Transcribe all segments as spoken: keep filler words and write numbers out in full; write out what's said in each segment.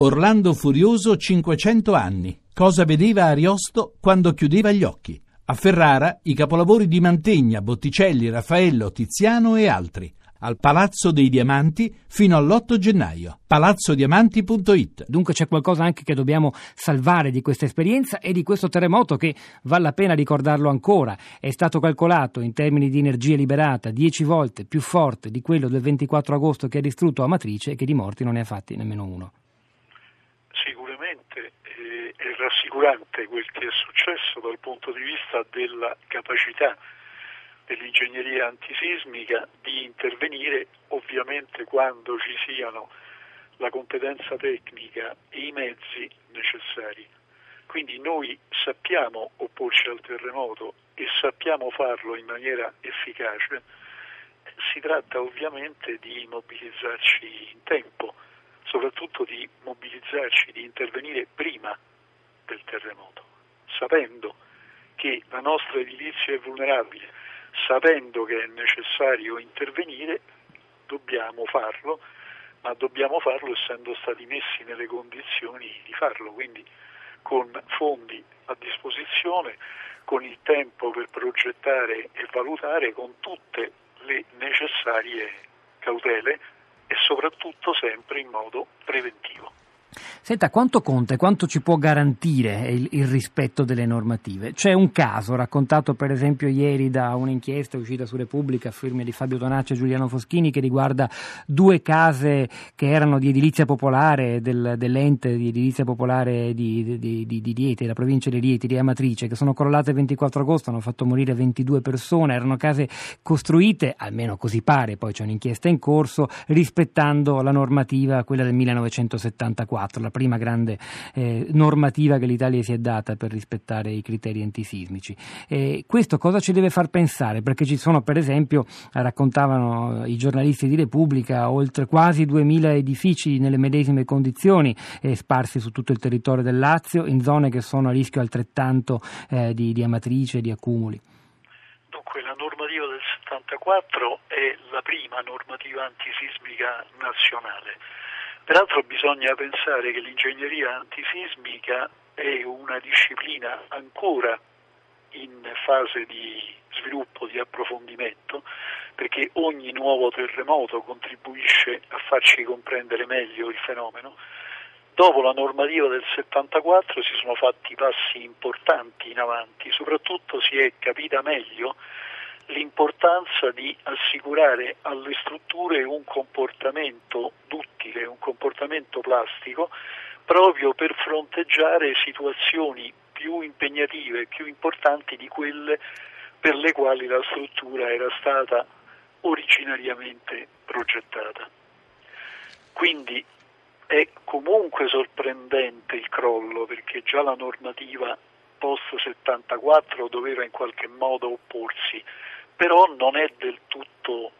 Orlando Furioso cinquecento anni. Cosa vedeva Ariosto quando chiudeva gli occhi? A Ferrara i capolavori di Mantegna, Botticelli, Raffaello, Tiziano e altri. Al Palazzo dei Diamanti fino all'otto gennaio. palazzo diamanti punto it. Dunque c'è qualcosa anche che dobbiamo salvare di questa esperienza e di questo terremoto che vale la pena ricordarlo ancora. È stato calcolato in termini di energia liberata dieci volte più forte di quello del ventiquattro agosto che ha distrutto Amatrice e che di morti non ne ha fatti nemmeno uno. Sicuramente eh, è rassicurante quel che è successo dal punto di vista della capacità dell'ingegneria antisismica di intervenire, ovviamente quando ci siano la competenza tecnica e i mezzi necessari. Quindi noi sappiamo opporci al terremoto e sappiamo farlo in maniera efficace. Si tratta ovviamente di mobilizzarci in tempo, soprattutto di mobilizzarci, di intervenire prima del terremoto, sapendo che la nostra edilizia è vulnerabile, sapendo che è necessario intervenire, dobbiamo farlo, ma dobbiamo farlo essendo stati messi nelle condizioni di farlo, quindi con fondi a disposizione, con il tempo per progettare e valutare, con tutte le necessarie cautele e soprattutto sempre in modo preventivo. Senta, quanto conta e quanto ci può garantire il, il rispetto delle normative? C'è un caso raccontato per esempio ieri da un'inchiesta uscita su Repubblica a firme di Fabio Tonacci e Giuliano Foschini che riguarda due case che erano di edilizia popolare del, dell'ente di edilizia popolare di, di, di, di Rieti, la provincia di Rieti, di Amatrice, che sono crollate il ventiquattro agosto, hanno fatto morire ventidue persone, erano case costruite, almeno così pare, poi c'è un'inchiesta in corso, rispettando la normativa, quella del millenovecentosettantaquattro, la prima grande eh, normativa che l'Italia si è data per rispettare i criteri antisismici. E questo cosa ci deve far pensare? Perché ci sono, per esempio, raccontavano i giornalisti di Repubblica, oltre quasi duemila edifici nelle medesime condizioni eh, sparsi su tutto il territorio del Lazio, in zone che sono a rischio altrettanto eh, di, di Amatrice e di accumuli. Dunque la normativa del settantaquattro è la prima normativa antisismica nazionale. Peraltro bisogna pensare che l'ingegneria antisismica è una disciplina ancora in fase di sviluppo, di approfondimento, perché ogni nuovo terremoto contribuisce a farci comprendere meglio il fenomeno. Dopo la normativa del settantaquattro si sono fatti passi importanti in avanti, soprattutto si è capita meglio l'importanza di assicurare alle strutture un comportamento duttile, un comportamento plastico, proprio per fronteggiare situazioni più impegnative, più importanti di quelle per le quali la struttura era stata originariamente progettata. Quindi è comunque sorprendente il crollo, perché già la normativa post settantaquattro doveva in qualche modo opporsi, però non è del tutto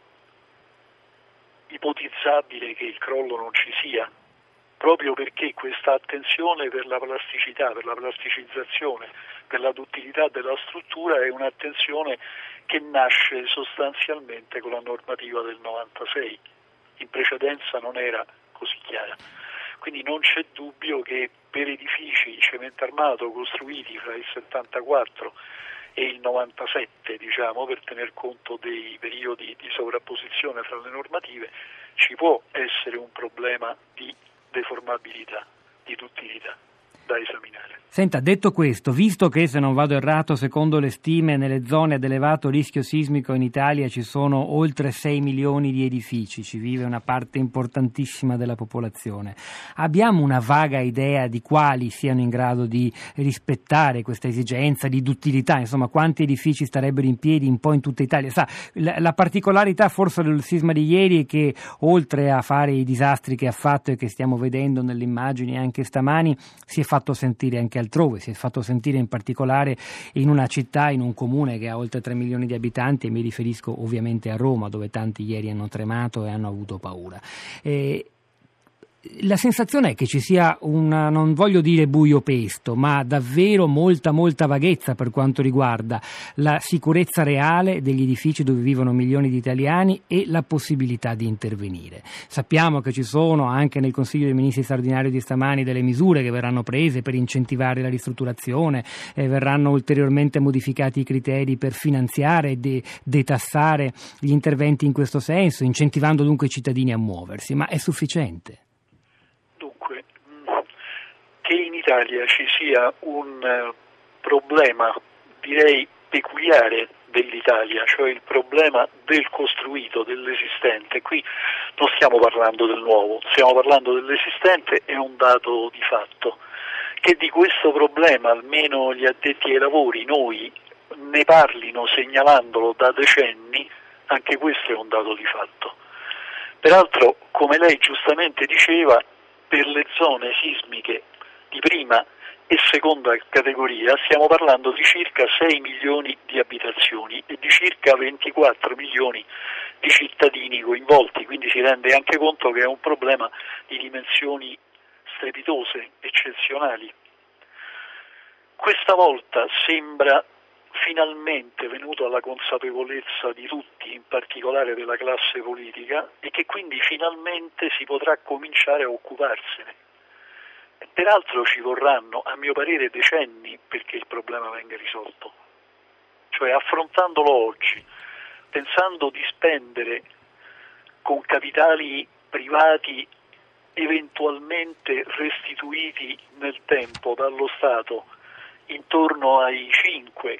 ipotizzabile che il crollo non ci sia, proprio perché questa attenzione per la plasticità, per la plasticizzazione, per la duttilità della struttura è un'attenzione che nasce sostanzialmente con la normativa del novantasei, in precedenza non era così chiara. Quindi non c'è dubbio che per edifici in cemento armato costruiti fra il settantaquattro e il novantasette, diciamo, per tener conto dei periodi di sovrapposizione fra le normative, ci può essere un problema di deformabilità, di duttilità da esaminare. Senta, detto questo, visto che, se non vado errato, secondo le stime nelle zone ad elevato rischio sismico in Italia ci sono oltre sei milioni di edifici, ci vive una parte importantissima della popolazione, abbiamo una vaga idea di quali siano in grado di rispettare questa esigenza di duttilità, insomma quanti edifici starebbero in piedi un po' in tutta Italia? Sa, la, la particolarità forse del sisma di ieri è che, oltre a fare i disastri che ha fatto e che stiamo vedendo nelle immagini anche stamani, si è fatto sentire anche altrove, si è fatto sentire in particolare in una città, in un comune che ha oltre tre milioni di abitanti, e mi riferisco ovviamente a Roma, dove tanti ieri hanno tremato e hanno avuto paura. E La sensazione è che ci sia una, non voglio dire buio pesto, ma davvero molta molta vaghezza per quanto riguarda la sicurezza reale degli edifici dove vivono milioni di italiani e la possibilità di intervenire. Sappiamo che ci sono anche nel Consiglio dei Ministri straordinario di stamani delle misure che verranno prese per incentivare la ristrutturazione, eh, verranno ulteriormente modificati i criteri per finanziare e de- detassare gli interventi in questo senso, incentivando dunque i cittadini a muoversi, ma è sufficiente? Che in Italia ci sia un uh, problema, direi peculiare dell'Italia, cioè il problema del costruito, dell'esistente. Qui non stiamo parlando del nuovo, stiamo parlando dell'esistente, è un dato di fatto. Che di questo problema almeno gli addetti ai lavori, noi, ne parlino segnalandolo da decenni, anche questo è un dato di fatto. Peraltro, come lei giustamente diceva, per le zone sismiche di prima e seconda categoria stiamo parlando di circa sei milioni di abitazioni e di circa ventiquattro milioni di cittadini coinvolti, quindi si rende anche conto che è un problema di dimensioni strepitose, eccezionali. Questa volta sembra finalmente venuto alla consapevolezza di tutti, in particolare della classe politica, e che quindi finalmente si potrà cominciare a occuparsene. Peraltro ci vorranno, a mio parere, decenni perché il problema venga risolto. Cioè, affrontandolo oggi, pensando di spendere con capitali privati eventualmente restituiti nel tempo dallo Stato intorno ai cinque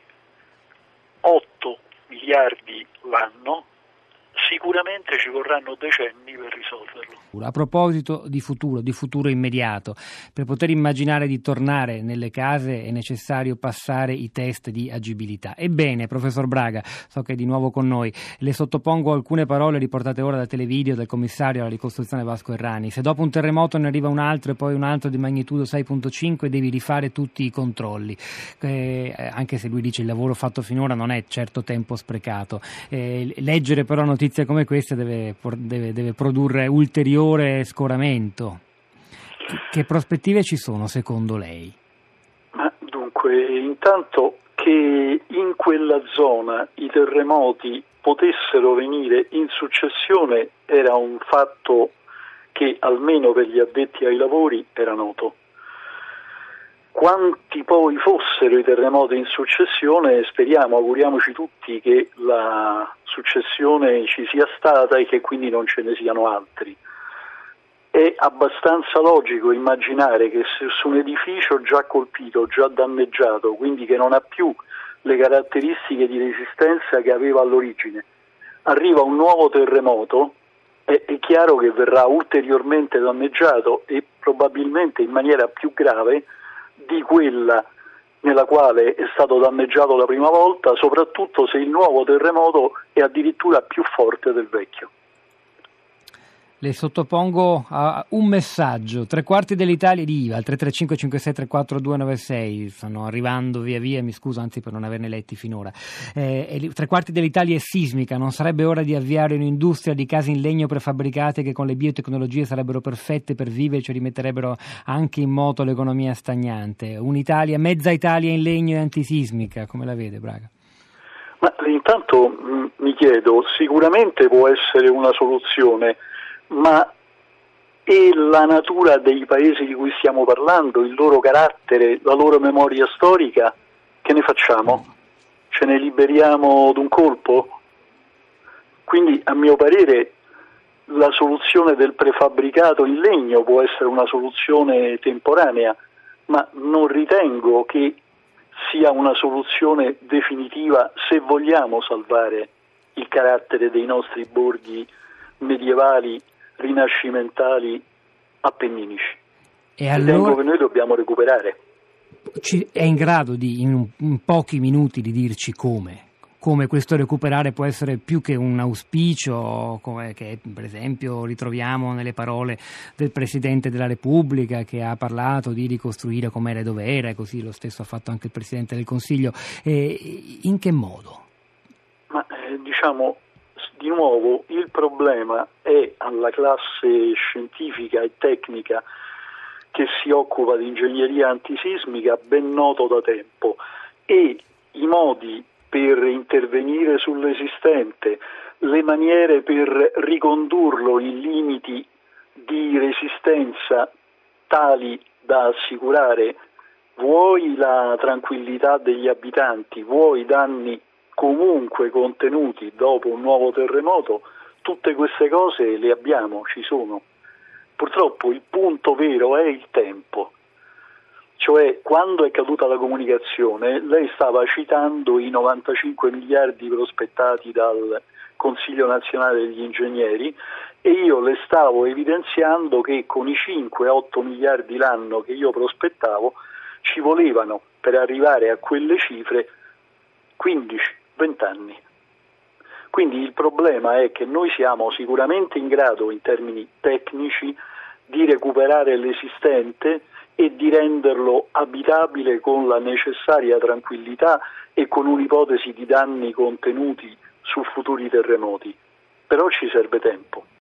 otto miliardi l'anno, sicuramente ci vorranno decenni per risolverlo. A proposito di futuro, di futuro immediato, per poter immaginare di tornare nelle case è necessario passare i test di agibilità. Ebbene, professor Braga, so che è di nuovo con noi, le sottopongo alcune parole riportate ora da Televideo del commissario alla ricostruzione Vasco Errani. Se dopo un terremoto ne arriva un altro e poi un altro di magnitudo sei virgola cinque devi rifare tutti i controlli, eh, anche se lui dice il lavoro fatto finora non è certo tempo sprecato. Eh, leggere però notizie come queste deve, deve, deve produrre ulteriore scoramento. Che prospettive ci sono secondo lei? Ma dunque, intanto che in quella zona i terremoti potessero venire in successione era un fatto che almeno per gli addetti ai lavori era noto. Quanti poi fossero i terremoti in successione, speriamo, auguriamoci tutti che la successione ci sia stata e che quindi non ce ne siano altri. È abbastanza logico immaginare che se su un edificio già colpito, già danneggiato, quindi che non ha più le caratteristiche di resistenza che aveva all'origine, arriva un nuovo terremoto, è, è chiaro che verrà ulteriormente danneggiato e probabilmente in maniera più grave di quella nella quale è stato danneggiato la prima volta, soprattutto se il nuovo terremoto è addirittura più forte del vecchio. Le sottopongo a un messaggio. Tre quarti dell'Italia di I V A, al tre tre cinque cinque sei tre quattro due nove sei, stanno arrivando via via, mi scuso anzi per non averne letti finora. Eh, tre quarti dell'Italia è sismica, non sarebbe ora di avviare un'industria di case in legno prefabbricate che con le biotecnologie sarebbero perfette per vivere, ci rimetterebbero anche in moto l'economia stagnante. Un'Italia, mezza Italia in legno e antisismica, come la vede Braga? Ma intanto mh, mi chiedo, sicuramente può essere una soluzione, ma è la natura dei paesi di cui stiamo parlando, il loro carattere, la loro memoria storica, che ne facciamo? Ce ne liberiamo d'un colpo? Quindi a mio parere la soluzione del prefabbricato in legno può essere una soluzione temporanea, ma non ritengo che sia una soluzione definitiva se vogliamo salvare il carattere dei nostri borghi medievali, rinascimentali, appenninici. E allora ritengo che noi dobbiamo recuperare. Ci, è in grado di in, in pochi minuti di dirci come? Come questo recuperare può essere più che un auspicio, come che per esempio ritroviamo nelle parole del Presidente della Repubblica che ha parlato di ricostruire com'era e dove era, e così lo stesso ha fatto anche il Presidente del Consiglio. E in che modo? Ma eh, diciamo, di nuovo il problema è alla classe scientifica e tecnica che si occupa di ingegneria antisismica ben noto da tempo, e i modi per intervenire sull'esistente, le maniere per ricondurlo in limiti di resistenza tali da assicurare vuoi la tranquillità degli abitanti, vuoi i danni comunque contenuti dopo un nuovo terremoto, tutte queste cose le abbiamo, ci sono. Purtroppo il punto vero è il tempo, cioè quando è caduta la comunicazione lei stava citando i novantacinque miliardi prospettati dal Consiglio Nazionale degli Ingegneri e io le stavo evidenziando che con i cinque otto miliardi l'anno che io prospettavo ci volevano per arrivare a quelle cifre quindici venti anni. Quindi il problema è che noi siamo sicuramente in grado in termini tecnici di recuperare l'esistente e di renderlo abitabile con la necessaria tranquillità e con un'ipotesi di danni contenuti su futuri terremoti, però ci serve tempo.